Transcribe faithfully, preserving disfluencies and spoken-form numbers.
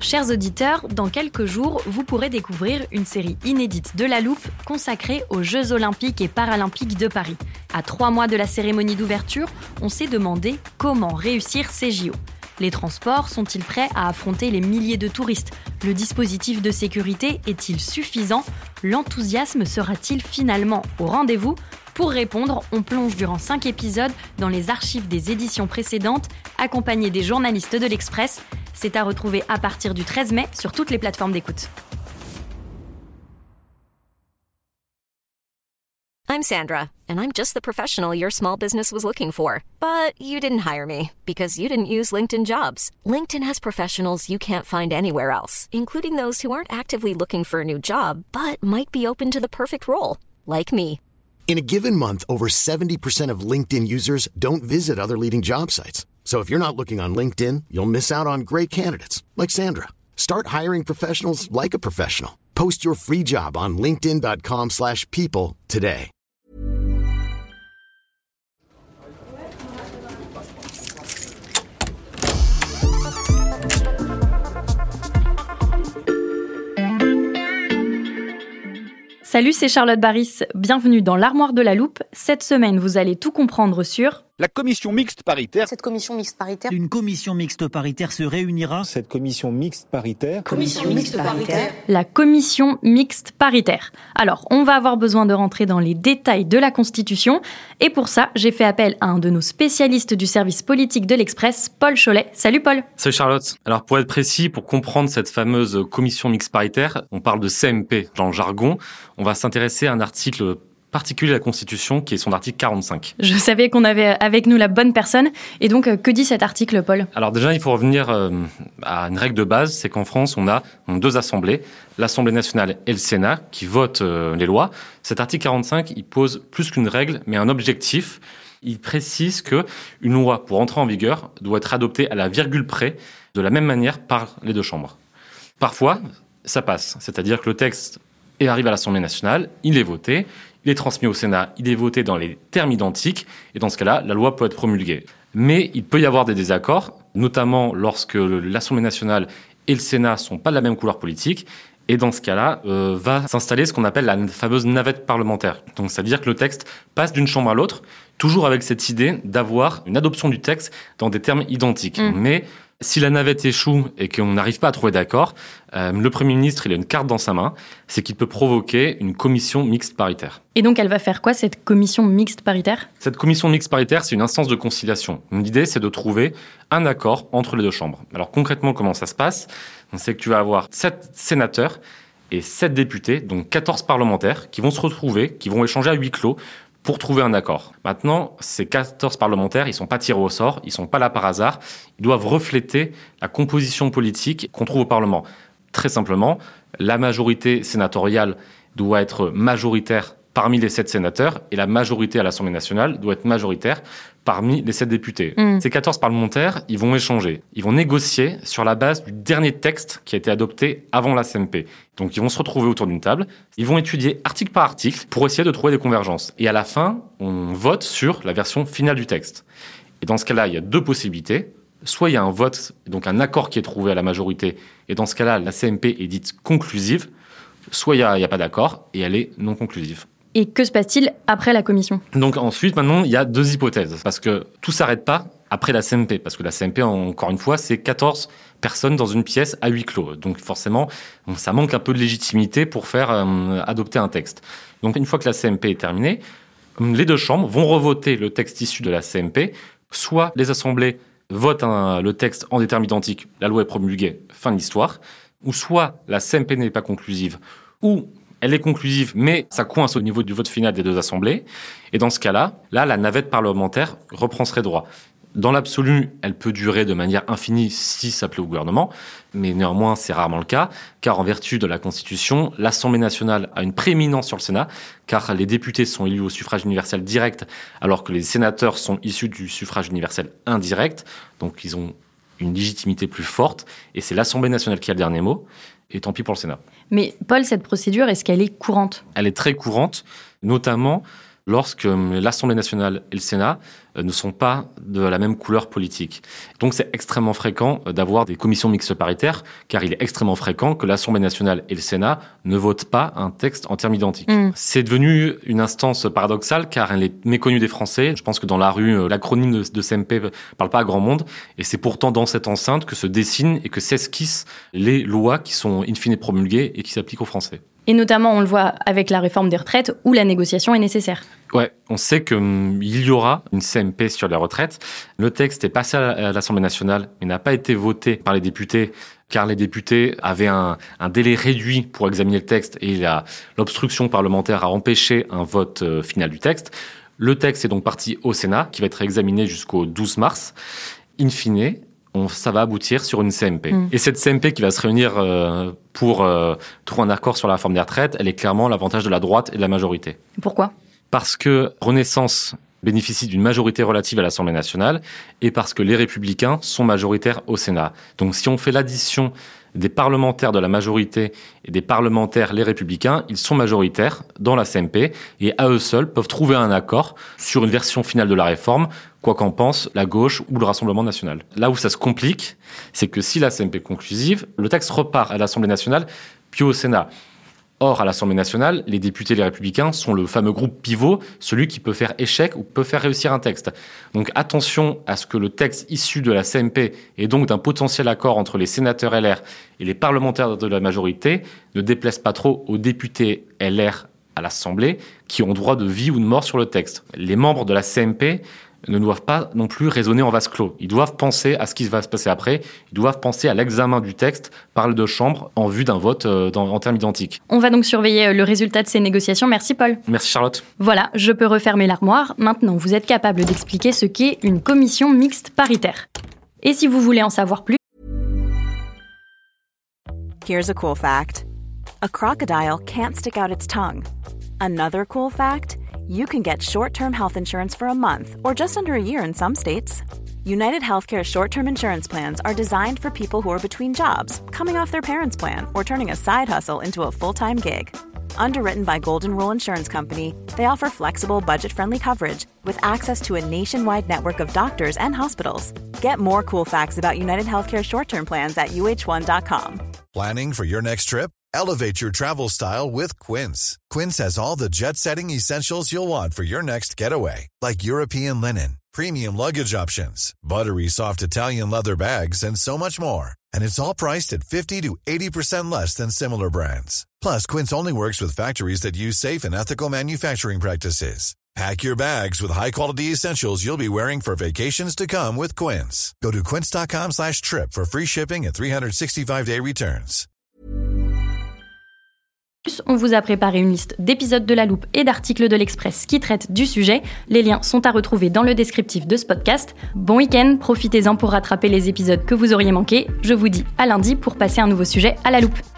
Chers auditeurs, dans quelques jours, vous pourrez découvrir une série inédite de La Loupe consacrée aux Jeux Olympiques et Paralympiques de Paris. À trois mois de la cérémonie d'ouverture, on s'est demandé comment réussir ces J O. Les transports sont-ils prêts à affronter les milliers de touristes ? Le dispositif de sécurité est-il suffisant ? L'enthousiasme sera-t-il finalement au rendez-vous ? Pour répondre, on plonge durant cinq épisodes dans les archives des éditions précédentes, accompagnés des journalistes de l'Express. C'est à retrouver à partir du treize mai sur toutes les plateformes d'écoute. I'm Sandra, and I'm just the professional your small business was looking for. But you didn't hire me because you didn't use LinkedIn Jobs. LinkedIn has professionals you can't find anywhere else, including those who aren't actively looking for a new job, but might be open to the perfect role, like me. In a given month, over seventy percent of LinkedIn users don't visit other leading job sites. So if you're not looking on LinkedIn, you'll miss out on great candidates like Sandra. Start hiring professionals like a professional. Post your free job on linkedin dot com slash people today. Salut, c'est Charlotte Baris. Bienvenue dans l'Armoire de la Loupe. Cette semaine, vous allez tout comprendre sur... La commission mixte paritaire. Cette commission mixte paritaire. Une commission mixte paritaire se réunira. Cette commission mixte paritaire. Commission mixte paritaire. La commission mixte paritaire. Alors, on va avoir besoin de rentrer dans les détails de la Constitution. Et pour ça, j'ai fait appel à un de nos spécialistes du service politique de l'Express, Paul Cholet. Salut Paul. Salut Charlotte. Alors pour être précis, pour comprendre cette fameuse commission mixte paritaire, on parle de C M P dans le jargon. On va s'intéresser à un article particulier de la Constitution, qui est son article quarante-cinq. Je savais qu'on avait avec nous la bonne personne. Et donc, que dit cet article, Paul ? Alors déjà, il faut revenir euh, à une règle de base, c'est qu'en France, on a donc, deux assemblées, l'Assemblée nationale et le Sénat, qui votent euh, les lois. Cet article quarante-cinq, il pose plus qu'une règle, mais un objectif. Il précise qu'une loi, pour entrer en vigueur, doit être adoptée à la virgule près, de la même manière par les deux chambres. Parfois, ça passe, c'est-à-dire que le texte arrive à l'Assemblée nationale, il est voté, il est transmis au Sénat, il est voté dans les termes identiques, et dans ce cas-là, la loi peut être promulguée. Mais il peut y avoir des désaccords, notamment lorsque l'Assemblée nationale et le Sénat ne sont pas de la même couleur politique, et dans ce cas-là, euh, va s'installer ce qu'on appelle la fameuse navette parlementaire. Donc, c'est-à-dire que le texte passe d'une chambre à l'autre, toujours avec cette idée d'avoir une adoption du texte dans des termes identiques. Mmh. Mais si la navette échoue et qu'on n'arrive pas à trouver d'accord, euh, le Premier ministre, il a une carte dans sa main, c'est qu'il peut provoquer une commission mixte paritaire. Et donc, elle va faire quoi, cette commission mixte paritaire ? Cette commission mixte paritaire, c'est une instance de conciliation. L'idée, c'est de trouver un accord entre les deux chambres. Alors, concrètement, comment ça se passe ? C'est que tu vas avoir sept sénateurs et sept députés, donc quatorze parlementaires, qui vont se retrouver, qui vont échanger à huis clos, pour trouver un accord. Maintenant, ces quatorze parlementaires, ils ne sont pas tirés au sort, ils ne sont pas là par hasard, ils doivent refléter la composition politique qu'on trouve au Parlement. Très simplement, la majorité sénatoriale doit être majoritaire parmi les sept sénateurs et la majorité à l'Assemblée nationale doit être majoritaire parmi les sept députés. Mmh. Ces quatorze parlementaires, ils vont échanger, ils vont négocier sur la base du dernier texte qui a été adopté avant la C M P. Donc ils vont se retrouver autour d'une table, ils vont étudier article par article pour essayer de trouver des convergences. Et à la fin, on vote sur la version finale du texte. Et dans ce cas-là, il y a deux possibilités. Soit il y a un vote, donc un accord qui est trouvé à la majorité, et dans ce cas-là, la C M P est dite conclusive, soit il n'y a, a pas d'accord, et elle est non conclusive. Et que se passe-t-il après la commission ? Donc ensuite, maintenant, il y a deux hypothèses. Parce que tout ne s'arrête pas après la C M P. Parce que la C M P, encore une fois, c'est quatorze personnes dans une pièce à huis clos. Donc forcément, ça manque un peu de légitimité pour faire euh, adopter un texte. Donc une fois que la C M P est terminée, les deux chambres vont revoter le texte issu de la C M P. Soit les assemblées votent un, le texte en des termes identiques, la loi est promulguée, fin de l'histoire. Ou soit la C M P n'est pas conclusive, ou elle est conclusive, mais ça coince au niveau du vote final des deux assemblées. Et dans ce cas-là, là, la navette parlementaire reprend ses droits. Dans l'absolu, elle peut durer de manière infinie si ça plaît au gouvernement, mais néanmoins, c'est rarement le cas, car en vertu de la Constitution, l'Assemblée nationale a une prééminence sur le Sénat, car les députés sont élus au suffrage universel direct, alors que les sénateurs sont issus du suffrage universel indirect, donc ils ont une légitimité plus forte, et c'est l'Assemblée nationale qui a le dernier mot, et tant pis pour le Sénat. Mais Paul, cette procédure, est-ce qu'elle est courante ? Elle est très courante, notamment lorsque l'Assemblée nationale et le Sénat ne sont pas de la même couleur politique. Donc c'est extrêmement fréquent d'avoir des commissions mixtes paritaires, car il est extrêmement fréquent que l'Assemblée nationale et le Sénat ne votent pas un texte en termes identiques. Mmh. C'est devenu une instance paradoxale, car elle est méconnue des Français. Je pense que dans la rue, l'acronyme de, de C M P ne parle pas à grand monde, et c'est pourtant dans cette enceinte que se dessinent et que s'esquissent les lois qui sont in fine promulguées et qui s'appliquent aux Français. Et notamment, on le voit avec la réforme des retraites, où la négociation est nécessaire. Ouais, on sait qu'il hum, y aura une C M P sur les retraites. Le texte est passé à l'Assemblée nationale, mais n'a pas été voté par les députés, car les députés avaient un, un délai réduit pour examiner le texte, et la, l'obstruction parlementaire a empêché un vote euh, final du texte. Le texte est donc parti au Sénat, qui va être examiné jusqu'au douze mars. In fine, on, ça va aboutir sur une C M P. Mmh. Et cette C M P qui va se réunir euh, pour euh, trouver un accord sur la réforme des retraites, elle est clairement l'avantage de la droite et de la majorité. Pourquoi ? Parce que Renaissance bénéficie d'une majorité relative à l'Assemblée nationale et parce que les Républicains sont majoritaires au Sénat. Donc si on fait l'addition des parlementaires de la majorité et des parlementaires les Républicains, ils sont majoritaires dans la C M P et à eux seuls peuvent trouver un accord sur une version finale de la réforme, quoi qu'en pense la gauche ou le Rassemblement national. Là où ça se complique, c'est que si la C M P est conclusive, le texte repart à l'Assemblée nationale puis au Sénat. Or, à l'Assemblée nationale, les députés les Républicains sont le fameux groupe pivot, celui qui peut faire échec ou peut faire réussir un texte. Donc attention à ce que le texte issu de la C M P et donc d'un potentiel accord entre les sénateurs L R et les parlementaires de la majorité ne déplaise pas trop aux députés L R à l'Assemblée qui ont droit de vie ou de mort sur le texte. Les membres de la C M P ne doivent pas non plus raisonner en vase clos. Ils doivent penser à ce qui va se passer après. Ils doivent penser à l'examen du texte par les deux chambres en vue d'un vote euh, dans, en termes identiques. On va donc surveiller le résultat de ces négociations. Merci Paul. Merci Charlotte. Voilà, je peux refermer l'armoire. Maintenant, vous êtes capable d'expliquer ce qu'est une commission mixte paritaire. Et si vous voulez en savoir plus... Here's a cool fact. A crocodile can't stick out its tongue. Another cool fact... You can get short-term health insurance for a month or just under a year in some states. United Healthcare short-term insurance plans are designed for people who are between jobs, coming off their parents' plan, or turning a side hustle into a full-time gig. Underwritten by Golden Rule Insurance Company, they offer flexible, budget-friendly coverage with access to a nationwide network of doctors and hospitals. Get more cool facts about United Healthcare short-term plans at U H one dot com. Planning for your next trip? Elevate your travel style with Quince. Quince has all the jet-setting essentials you'll want for your next getaway, like European linen, premium luggage options, buttery soft Italian leather bags, and so much more. And it's all priced at fifty to eighty percent less than similar brands. Plus, Quince only works with factories that use safe and ethical manufacturing practices. Pack your bags with high-quality essentials you'll be wearing for vacations to come with Quince. Go to quince.com slash trip for free shipping and three sixty-five day returns. On vous a préparé une liste d'épisodes de La Loupe et d'articles de l'Express qui traitent du sujet. Les liens sont à retrouver dans le descriptif de ce podcast. Bon week-end, profitez-en pour rattraper les épisodes que vous auriez manqués. Je vous dis à lundi pour passer un nouveau sujet à La Loupe.